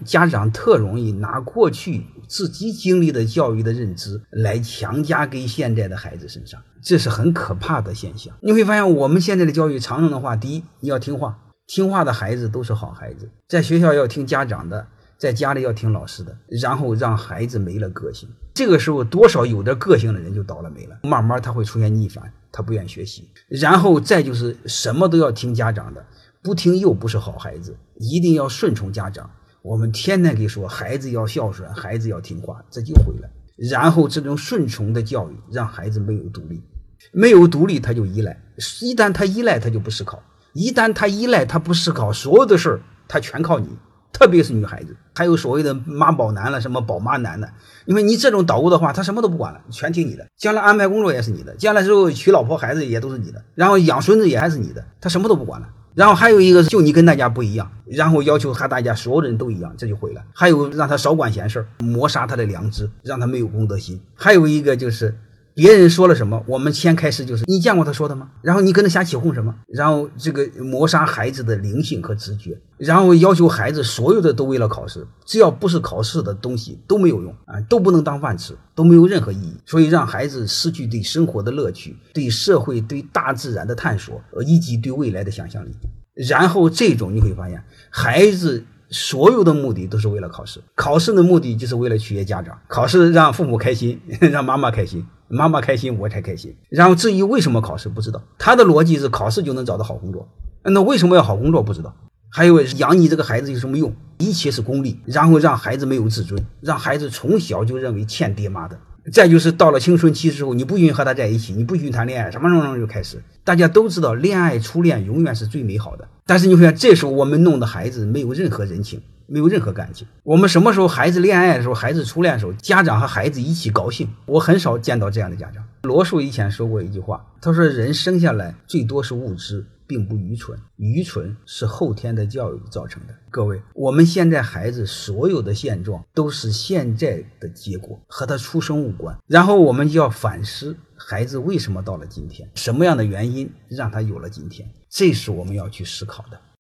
家长特容易拿过去自己经历的教育的认知来强加给现在的孩子身上，这是很可怕的现象。你会发现我们现在的教育常用的话，第一，你要听话，听话的孩子都是好孩子，在学校要听家长的，在家里要听老师的，然后让孩子没了个性。这个时候多少有点个性的人就倒了霉了，慢慢他会出现逆反，他不愿学习。然后再就是什么都要听家长的，不听又不是好孩子，一定要顺从家长。我们天天给说孩子要孝顺，孩子要听话，这就毁了。然后这种顺从的教育让孩子没有独立，没有独立他就依赖，一旦他依赖他就不思考，一旦他依赖他不思考，所有的事他全靠你，特别是女孩子，还有所谓的妈宝男了，什么宝妈男的，因为你这种捣鼓的话，他什么都不管了，全听你的，将来安排工作也是你的，将来之后娶老婆孩子也都是你的，然后养孙子也还是你的，他什么都不管了。然后还有一个就你跟大家不一样，然后要求和大家所有人都一样，这就毁了。还有让他少管闲事，磨杀他的良知，让他没有公德心。还有一个就是别人说了什么，我们先开始就是你见过他说的吗？然后你跟他瞎起哄什么？然后这个磨杀孩子的灵性和直觉，然后要求孩子所有的都为了考试，只要不是考试的东西都没有用啊，都不能当饭吃，都没有任何意义。所以让孩子失去对生活的乐趣，对社会、对大自然的探索，以及对未来的想象力。然后这种你会发现，孩子所有的目的都是为了考试，考试的目的就是为了取悦家长，考试让父母开心，让妈妈开心，妈妈开心我才开心。然后至于为什么考试不知道，他的逻辑是考试就能找到好工作，那为什么要好工作不知道。还有养你这个孩子有什么用，一切是功利，然后让孩子没有自尊，让孩子从小就认为欠爹妈的。再就是到了青春期之后，你不允许和他在一起，你不允许谈恋爱，什么什么就开始。大家都知道恋爱初恋永远是最美好的，但是你会发现这时候我们弄的孩子没有任何人情，没有任何感情。我们什么时候孩子恋爱的时候，孩子初恋的时候，家长和孩子一起高兴，我很少见到这样的家长。罗素以前说过一句话，他说人生下来最多是无知，并不愚蠢，愚蠢是后天的教育造成的。各位，我们现在孩子所有的现状都是现在的结果，和他出生无关。然后我们就要反思孩子为什么到了今天，什么样的原因让他有了今天，这是我们要去思考的。